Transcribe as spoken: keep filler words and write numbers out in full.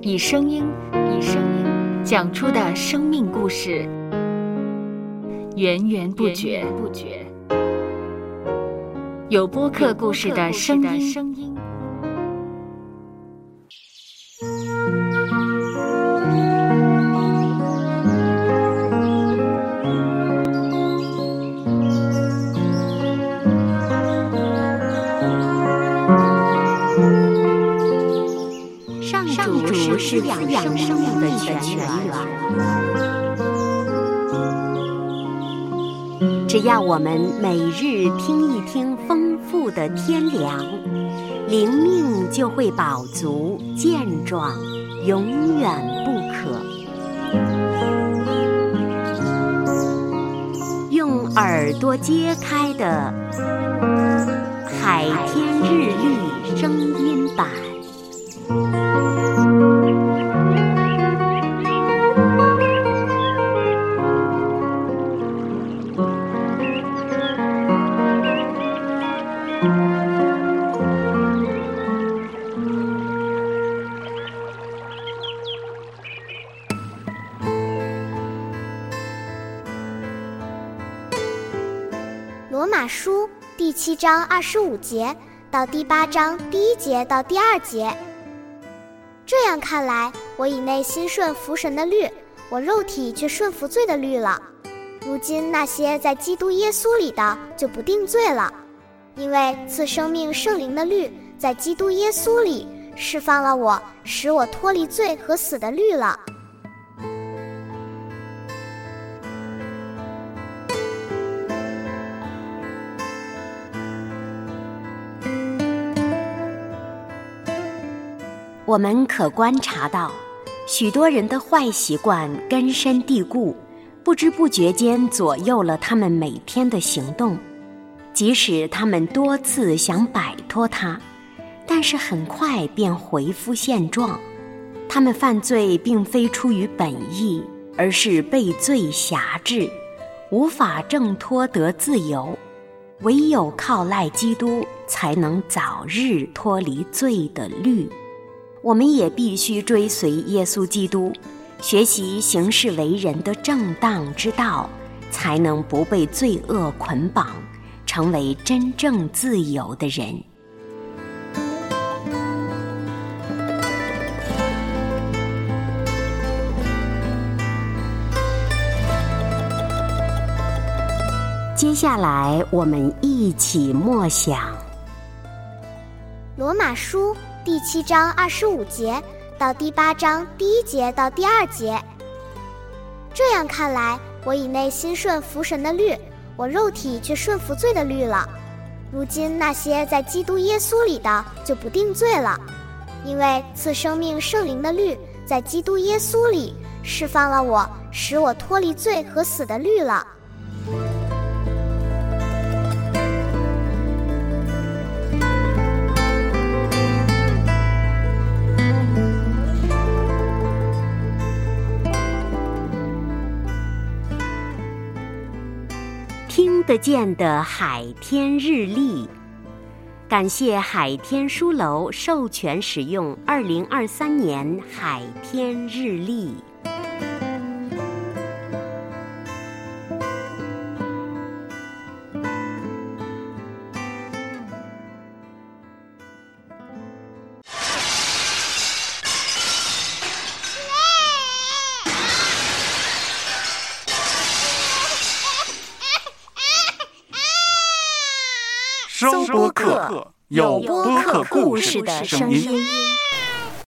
以声音以声音讲出的生命故事，源源不绝。有播客故事的声音。 上主是养生命的泉源，只要我们每日听一听丰富的天粮，灵命就会饱足健壮，永远不渴。用耳朵揭开的海天日历声音版。 罗马书第七章二十五节到第八章第一节到第二节。这样看来，我以内心顺服神的律，我肉体却顺服罪的律了。如今那些在基督耶稣里的就不定罪了，因为赐生命圣灵的律在基督耶稣里释放了我，使我脱离罪和死的律了。 我们可观察到，许多人的坏习惯根深蒂固，不知不觉间左右了他们每天的行动。即使他们多次想摆脱它，但是很快便回复现状。他们犯罪并非出于本意，而是被罪辖制，无法挣脱得自由。唯有靠赖基督，才能早日脱离罪的律。我们也必须追随耶稣基督，学习行事为人的正当之道，才能不被罪恶捆绑，成为真正自由的人。接下来我们一起默想罗马书第七章二十五节到第八章第一节到第二节。这样看来，我以内心顺服神的律，我肉体却顺服罪的律了。如今那些在基督耶稣里的就不定罪了，因为赐生命圣灵的律在基督耶稣里释放了我，使我脱离罪和死的律了。 听得见的海天日历，感谢海天书楼授权使用二零二三年海天日历。 收播客，有播客故事的声音。